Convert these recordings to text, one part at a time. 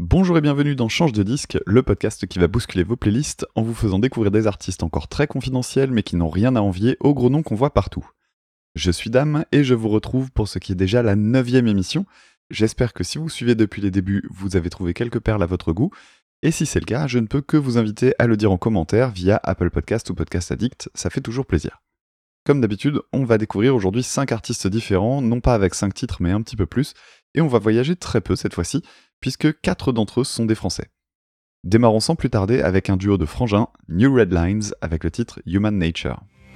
Bonjour et bienvenue dans Change de disque, le podcast qui va bousculer vos playlists en vous faisant découvrir des artistes encore très confidentiels mais qui n'ont rien à envier aux gros noms qu'on voit partout. Je suis Dame et je vous retrouve pour ce qui est déjà la 9e émission. J'espère que si vous suivez depuis les débuts, vous avez trouvé quelques perles à votre goût. Et si c'est le cas, je ne peux que vous inviter à le dire en commentaire via Apple Podcast ou Podcast Addict, ça fait toujours plaisir. Comme d'habitude, on va découvrir aujourd'hui 5 artistes différents, non pas avec 5 titres mais un petit peu plus, et on va voyager très peu cette fois-ci, puisque 4 d'entre eux sont des Français. Démarrons sans plus tarder avec un duo de frangins, New Red Lines, avec le titre Human Nature.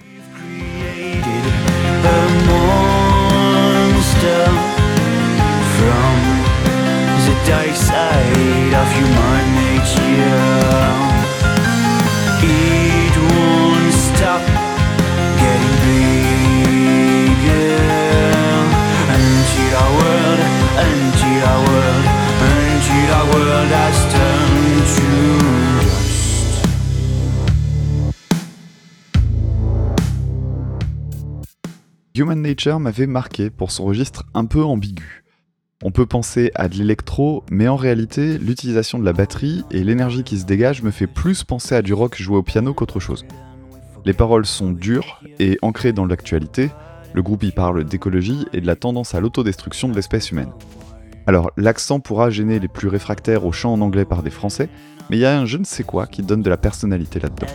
Human Nature m'avait marqué pour son registre un peu ambigu. On peut penser à de l'électro, mais en réalité, l'utilisation de la batterie et l'énergie qui se dégage me fait plus penser à du rock joué au piano qu'autre chose. Les paroles sont dures et ancrées dans l'actualité, le groupe y parle d'écologie et de la tendance à l'autodestruction de l'espèce humaine. Alors, l'accent pourra gêner les plus réfractaires au chant en anglais par des Français, mais il y a un je ne sais quoi qui donne de la personnalité là-dedans.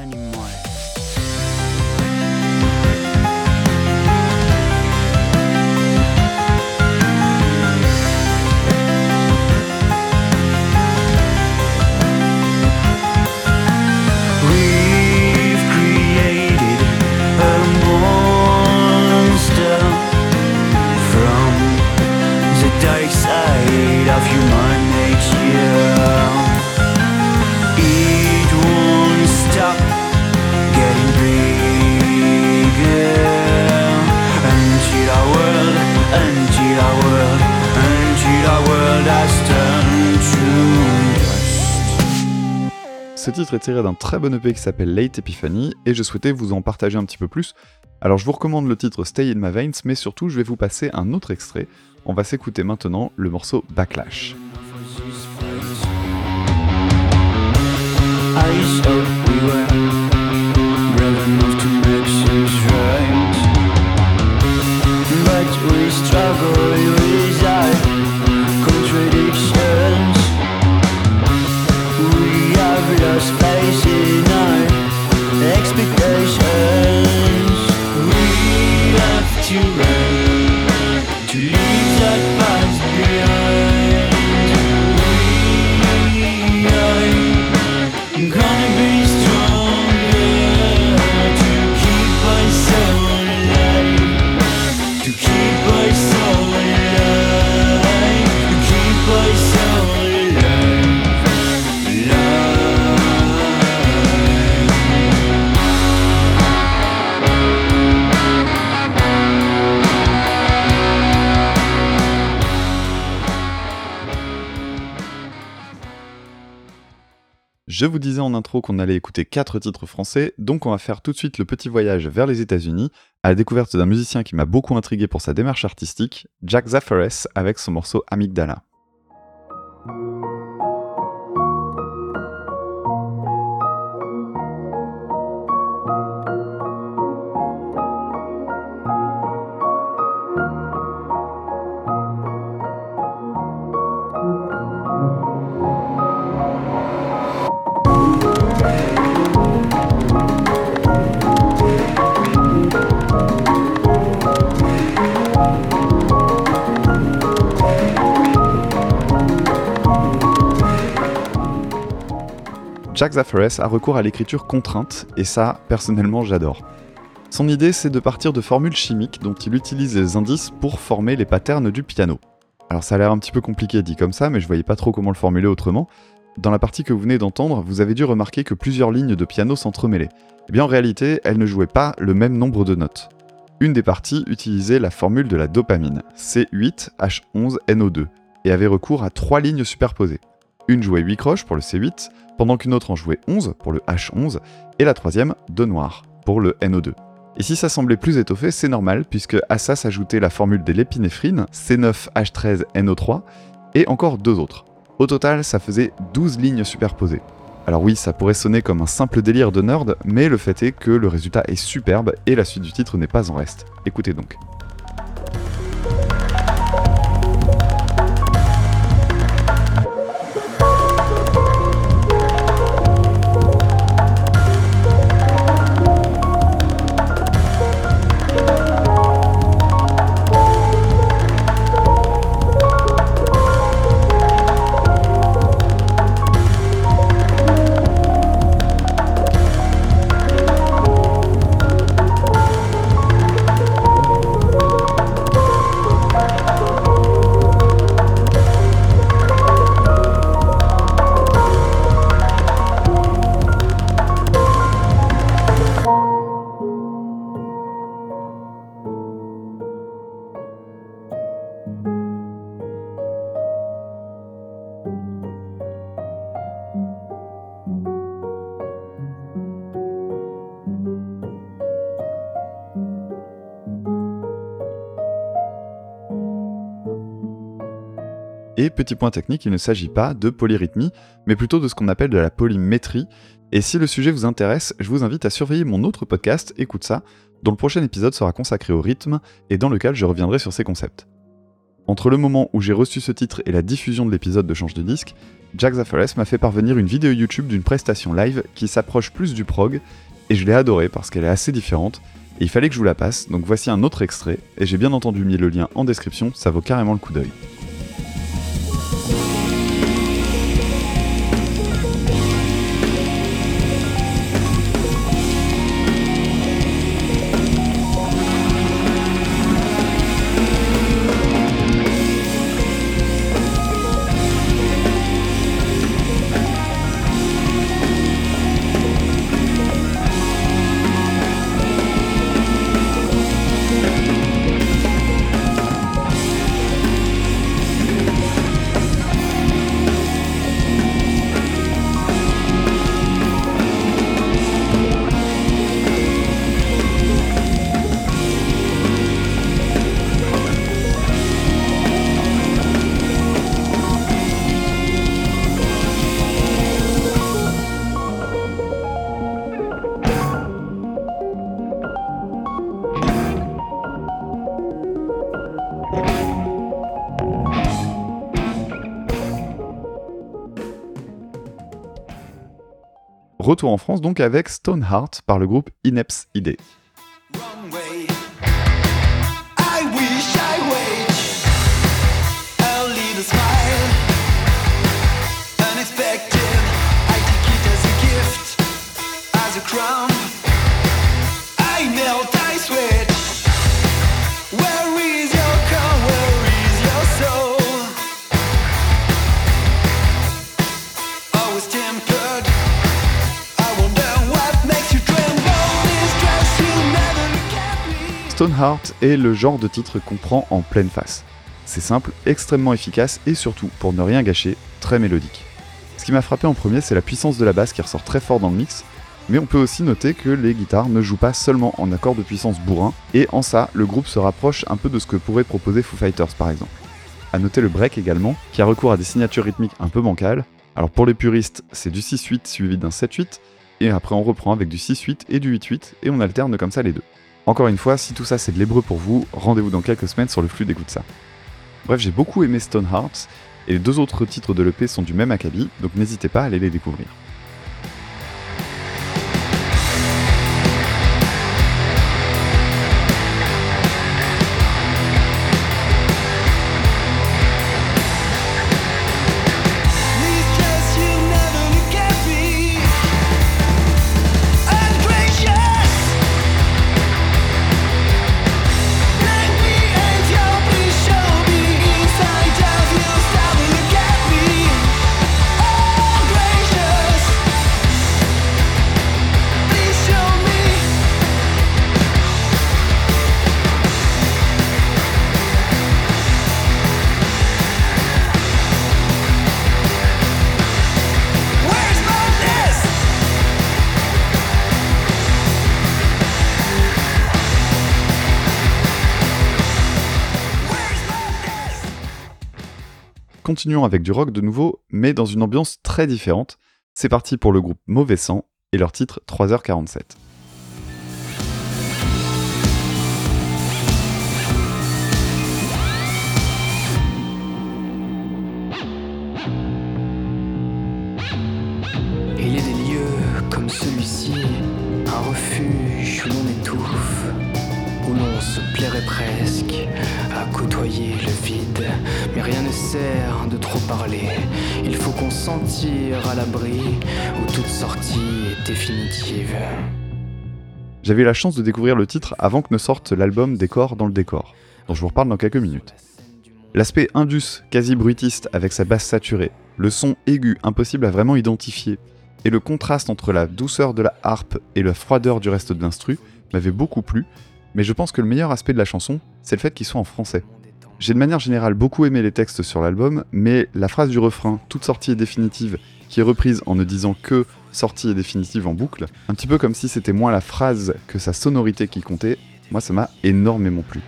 Ce titre est tiré d'un très bon EP qui s'appelle Late Epiphany et je souhaitais vous en partager un petit peu plus. Alors je vous recommande le titre Stay in My Veins, mais surtout je vais vous passer un autre extrait. On va s'écouter maintenant le morceau Backlash. Je vous disais en intro qu'on allait écouter 4 titres français, donc on va faire tout de suite le petit voyage vers les États-Unis, à la découverte d'un musicien qui m'a beaucoup intrigué pour sa démarche artistique, Jack Zaferes avec son morceau Amygdala. Jack Zaferes a recours à l'écriture contrainte, et ça, personnellement, j'adore. Son idée, c'est de partir de formules chimiques dont il utilise les indices pour former les patterns du piano. Alors ça a l'air un petit peu compliqué dit comme ça, mais je voyais pas trop comment le formuler autrement. Dans la partie que vous venez d'entendre, vous avez dû remarquer que plusieurs lignes de piano s'entremêlaient. Eh bien en réalité, elles ne jouaient pas le même nombre de notes. Une des parties utilisait la formule de la dopamine, C8H11NO2, et avait recours à 3 lignes superposées. Une jouait 8 croches pour le C8, pendant qu'une autre en jouait 11 pour le H11, et la troisième, 2 noirs, pour le NO2. Et si ça semblait plus étoffé, c'est normal, puisque à ça s'ajoutait la formule de l'épinéphrine, C9H13NO3, et encore 2 autres. Au total, ça faisait 12 lignes superposées. Alors oui, ça pourrait sonner comme un simple délire de nerd, mais le fait est que le résultat est superbe et la suite du titre n'est pas en reste. Écoutez donc. Et petit point technique, il ne s'agit pas de polyrythmie, mais plutôt de ce qu'on appelle de la polymétrie. Et si le sujet vous intéresse, je vous invite à surveiller mon autre podcast, Écoute ça, dont le prochain épisode sera consacré au rythme, et dans lequel je reviendrai sur ces concepts. Entre le moment où j'ai reçu ce titre et la diffusion de l'épisode de Change de disque, Jack Zaferes m'a fait parvenir une vidéo YouTube d'une prestation live qui s'approche plus du prog, et je l'ai adorée parce qu'elle est assez différente, et il fallait que je vous la passe, donc voici un autre extrait, et j'ai bien entendu mis le lien en description, ça vaut carrément le coup d'œil. Retour en France donc avec Stoneheart par le groupe Ineps Idée. Stoneheart est le genre de titre qu'on prend en pleine face. C'est simple, extrêmement efficace et surtout, pour ne rien gâcher, très mélodique. Ce qui m'a frappé en premier, c'est la puissance de la basse qui ressort très fort dans le mix, mais on peut aussi noter que les guitares ne jouent pas seulement en accords de puissance bourrin, et en ça, le groupe se rapproche un peu de ce que pourrait proposer Foo Fighters par exemple. A noter le break également, qui a recours à des signatures rythmiques un peu bancales. Alors pour les puristes, c'est du 6-8 suivi d'un 7-8, et après on reprend avec du 6-8 et du 8-8, et on alterne comme ça les deux. Encore une fois, si tout ça c'est de l'hébreu pour vous, rendez-vous dans quelques semaines sur le flux d'Écoute ça. Bref, j'ai beaucoup aimé Stoneheart, et les deux autres titres de l'EP sont du même acabit, donc n'hésitez pas à aller les découvrir. continuons avec du rock de nouveau, mais dans une ambiance très différente. C'est parti pour le groupe Mauvais Sang et leur titre 3h47. Il y a des lieux comme celui-ci, un refuge où l'on étouffe, où l'on se plairait presque à côtoyer le vide. Mais rien ne sert de trop parler, il faut qu'on s'en tire à l'abri, où toute sortie est définitive. J'avais eu la chance de découvrir le titre avant que ne sorte l'album Décor dans le décor, dont je vous reparle dans quelques minutes. L'aspect indus, quasi bruitiste avec sa basse saturée, le son aigu impossible à vraiment identifier, et le contraste entre la douceur de la harpe et la froideur du reste de l'instru m'avait beaucoup plu, mais je pense que le meilleur aspect de la chanson, c'est le fait qu'ils soient en français. J'ai de manière générale beaucoup aimé les textes sur l'album, mais la phrase du refrain « toute sortie est définitive » qui est reprise en ne disant que « sortie est définitive » en boucle, un petit peu comme si c'était moins la phrase que sa sonorité qui comptait, moi ça m'a énormément plu.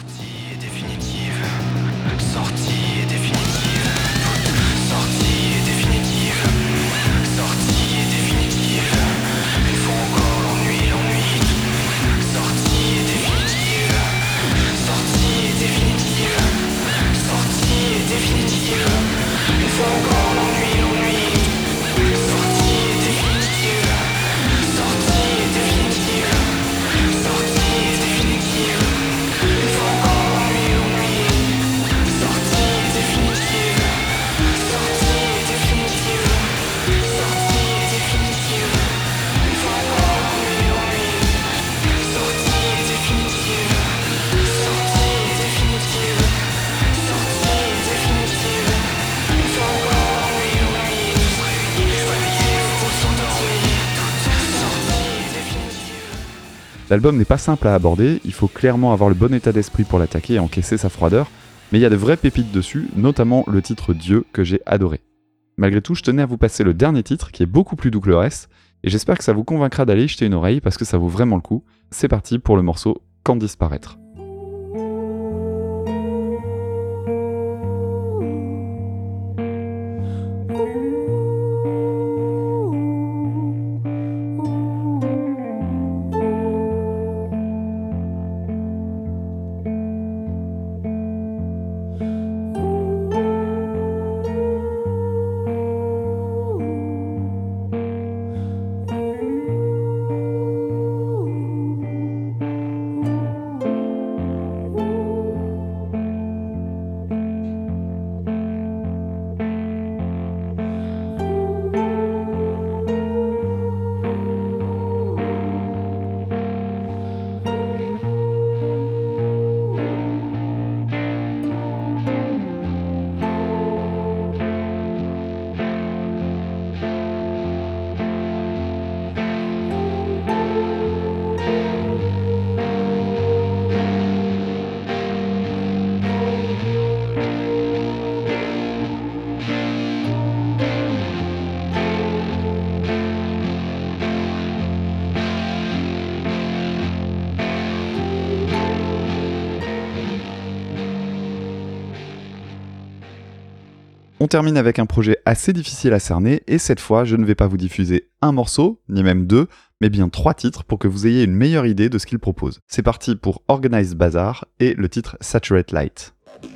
L'album n'est pas simple à aborder, il faut clairement avoir le bon état d'esprit pour l'attaquer et encaisser sa froideur, mais il y a de vraies pépites dessus, notamment le titre Dieu que j'ai adoré. Malgré tout, je tenais à vous passer le dernier titre qui est beaucoup plus doux que le reste, et j'espère que ça vous convaincra d'aller y jeter une oreille parce que ça vaut vraiment le coup. C'est parti pour le morceau Quand disparaître. On termine avec un projet assez difficile à cerner et cette fois je ne vais pas vous diffuser un morceau, ni même deux, mais bien 3 titres pour que vous ayez une meilleure idée de ce qu'il propose. C'est parti pour Organized Bazaar et le titre Saturate Light.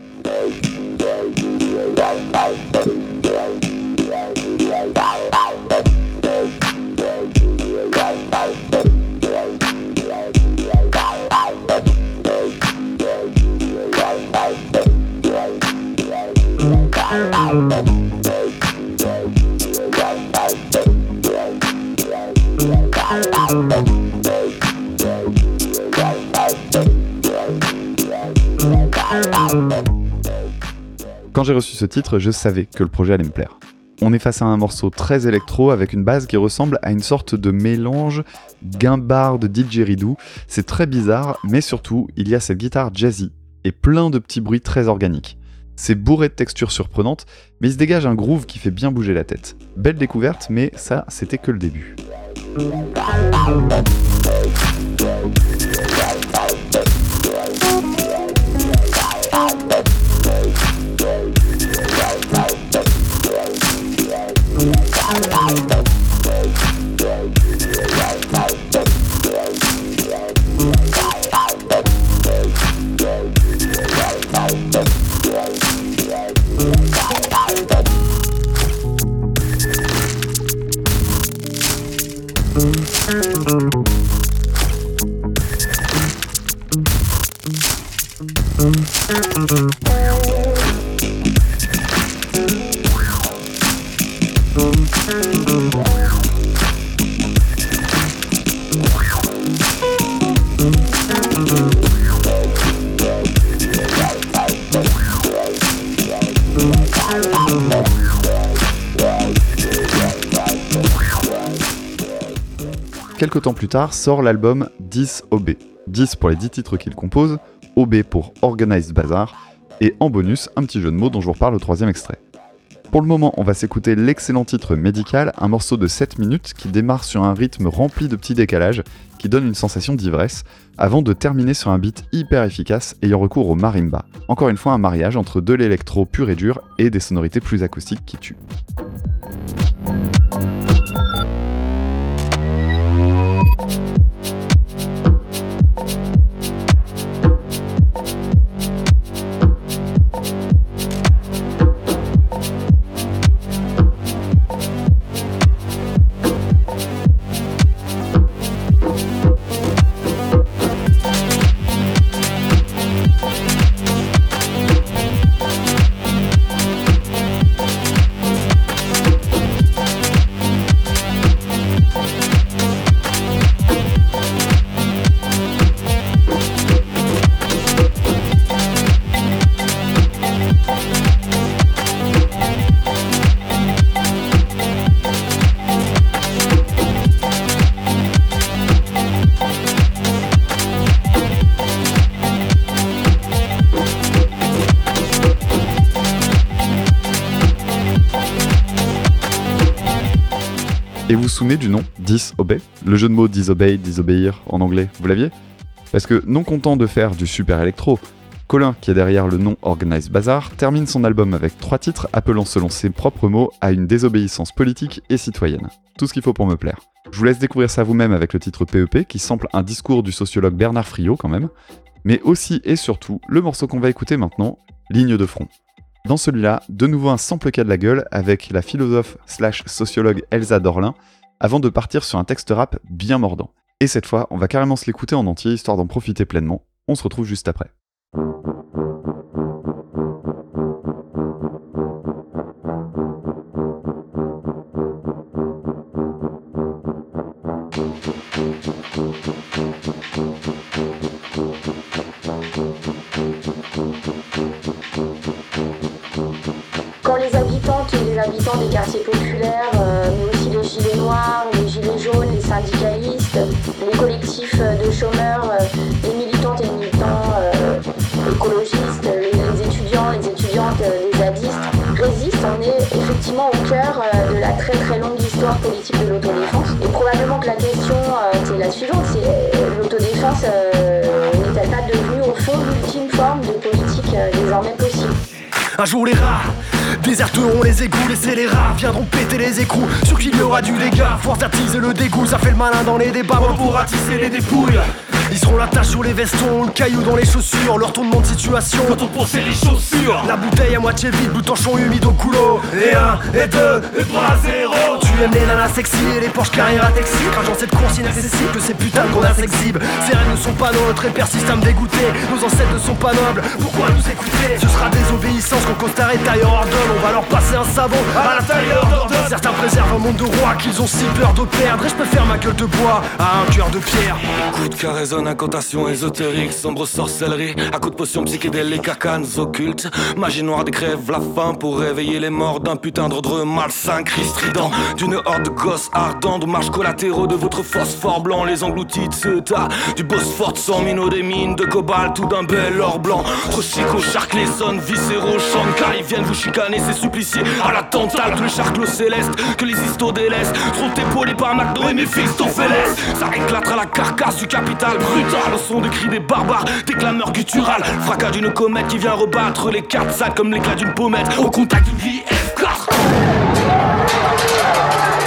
Quand j'ai reçu ce titre, je savais que le projet allait me plaire. On est face à un morceau très électro avec une base qui ressemble à une sorte de mélange guimbarde de didgeridoo. C'est très bizarre, mais surtout, il y a cette guitare jazzy et plein de petits bruits très organiques. C'est bourré de textures surprenantes, mais il se dégage un groove qui fait bien bouger la tête. Belle découverte, mais ça, c'était que le début. Quelques temps plus tard sort l'album 10 OB. 10 pour les 10 titres qu'il compose, OB pour Organized Bazaar, et en bonus, un petit jeu de mots dont je vous reparle au 3e extrait. Pour le moment, on va s'écouter l'excellent titre Médical, un morceau de 7 minutes qui démarre sur un rythme rempli de petits décalages, qui donne une sensation d'ivresse, avant de terminer sur un beat hyper efficace ayant recours au marimba. Encore une fois un mariage entre de l'électro pur et dur et des sonorités plus acoustiques qui tuent. Et vous vous souvenez du nom 10 Obey, le jeu de mots disobey, disobéir en anglais, vous l'aviez ? Parce que non content de faire du super électro, Colin, qui est derrière le nom Organized Bazaar, termine son album avec 3 titres appelant selon ses propres mots à une désobéissance politique et citoyenne. Tout ce qu'il faut pour me plaire. Je vous laisse découvrir ça vous-même avec le titre PEP qui sample un discours du sociologue Bernard Friot quand même, mais aussi et surtout le morceau qu'on va écouter maintenant, Ligne de front. Dans celui-là, de nouveau un sample cas de la gueule avec la philosophe/sociologue Elsa Dorlin, avant de partir sur un texte rap bien mordant. Et cette fois, on va carrément se l'écouter en entier histoire d'en profiter pleinement. On se retrouve juste après. Quand les habitantes et les habitants des quartiers populaires, mais aussi les gilets noirs, les gilets jaunes, les syndicalistes, les collectifs de chômeurs, les militantes et les militants écologistes, les étudiants, les étudiantes, les zadistes résistent, on est effectivement au cœur de la très très longue histoire politique de l'autodéfense. Et probablement que la question c'est la suivante, c'est l'autodéfense n'est-elle pas devenue au fond l'ultime forme de politique désormais possible ? Un jour les rats déserteront les égouts, les scélérats viendront péter les écrous. Sur qui il y aura du dégât, force d'attiser le dégoût. Ça fait le malin dans les débats, on pourra tisser les dépouilles. Ils seront la tache sur les vestons, le caillou dans les chaussures, leur tournement de situation quand on pensait les chaussures. La bouteille à moitié vide, boutanchon humide au coulo. Et 1, et 2, et 3, 0. Tu aimes les nanas sexy et les Porsche Carrera Taxi. Crageant cette course inaccessible, que ces putains qu'on a s'exhibe. Ces rêves ne sont pas nôtres et persistent à me dégoûter. Nos ancêtres ne sont pas nobles, pourquoi nous écouter ? Ce sera désobéissance quand Costard et Tailleur ordonnent. On va leur passer un savon à la Tailleur d'ordonne. Certains préservent un monde de rois qu'ils ont si peur de perdre. Et je peux faire ma gueule de bois à un cœur de pierre. Écoute car résonne incantation ésotérique, sombre sorcellerie, à coups de potions psychédéliques, arcanes occultes. Magie noire décrève la faim pour réveiller les morts d'un putain d'ordre malsain, cri strident d'une horde de gosses ardents, de marches collatéraux de votre phosphore blanc, les engloutis de ce tas du Bosphore, sans minot des mines de cobalt ou d'un bel or blanc. Trop chico, charques, les zones viscéraux chantent car ils viennent vous chicaner, ces suppliciés à la tantale, que le charclos céleste, que les histos délaissent. Trop épaulés par McDo et mes fils t'ont fait laisse. Ça éclatera la carcasse du capital brutal, au son de cris des barbares, des clameurs gutturales, fracas d'une comète qui vient rebattre les cartes sales comme l'éclat d'une pommette au contact d'une vie F4.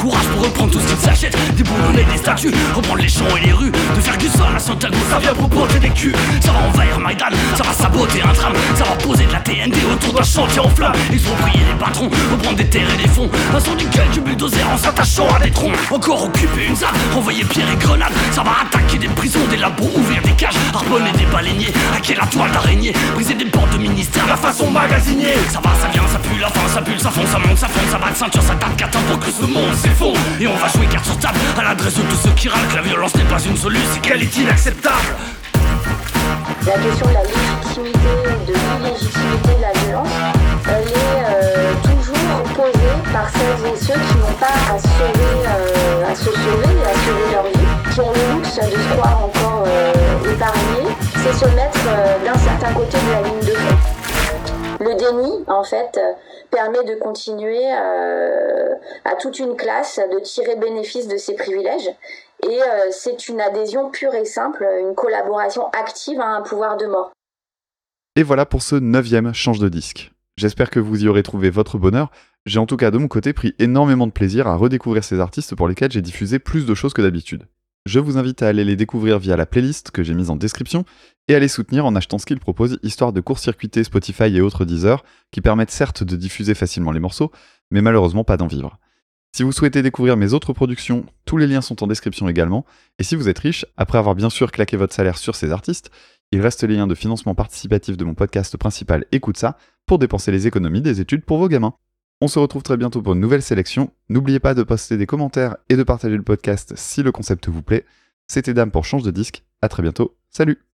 courage pour reprendre tout ce qu'ils s'achètent, déboulonner des statues, reprendre les champs et les rues, de Ferguson à Santiago, ça vient pour porter des culs. Ça va envahir Maïdan, ça va saboter un tram, ça va poser de la TNT autour d'un chantier en flammes, exproprier les patrons, reprendre des terres et des fonds, incendie quelques bulldozers en s'attachant à des troncs. Encore occuper une ZAD, envoyer pierres et grenades, ça va attaquer des prisons, des labos, ouvrir des cages, harponner des baleiniers, hacker la toile d'araignée, briser des portes de ministère, la façon magasinier. Ça va, ça vient, ça pue, la fin, ça pue, ça fond, ça monte, ça bat de ceinture, ça tape 4 ans pour que ce monde s'effondre. Et on va jouer carte sur table à l'adresse de tous ceux qui râlent que la violence n'est pas une solution, c'est qu'elle est inacceptable. La question de la légitimité ou de l'illégitimité de la violence, elle est toujours posée par celles et ceux qui n'ont pas à se sauver et à sauver leur vie, qui ont le luxe de se croire encore épargnés, c'est se mettre d'un certain côté de la ligne de fond. Le déni, en fait, permet de continuer à toute une classe de tirer bénéfice de ses privilèges. Et c'est une adhésion pure et simple, une collaboration active à un pouvoir de mort. Et voilà pour ce 9e Change de disque. J'espère que vous y aurez trouvé votre bonheur. J'ai en tout cas de mon côté pris énormément de plaisir à redécouvrir ces artistes pour lesquels j'ai diffusé plus de choses que d'habitude. Je vous invite à aller les découvrir via la playlist que j'ai mise en description et à les soutenir en achetant ce qu'ils proposent, histoire de court-circuiter Spotify et autres Deezer, qui permettent certes de diffuser facilement les morceaux, mais malheureusement pas d'en vivre. Si vous souhaitez découvrir mes autres productions, tous les liens sont en description également, et si vous êtes riche, après avoir bien sûr claqué votre salaire sur ces artistes, il reste les liens de financement participatif de mon podcast principal Écoute ça, pour dépenser les économies des études pour vos gamins. On se retrouve très bientôt pour une nouvelle sélection. N'oubliez pas de poster des commentaires et de partager le podcast si le concept vous plaît. C'était Dame pour Change de disque. À très bientôt. Salut!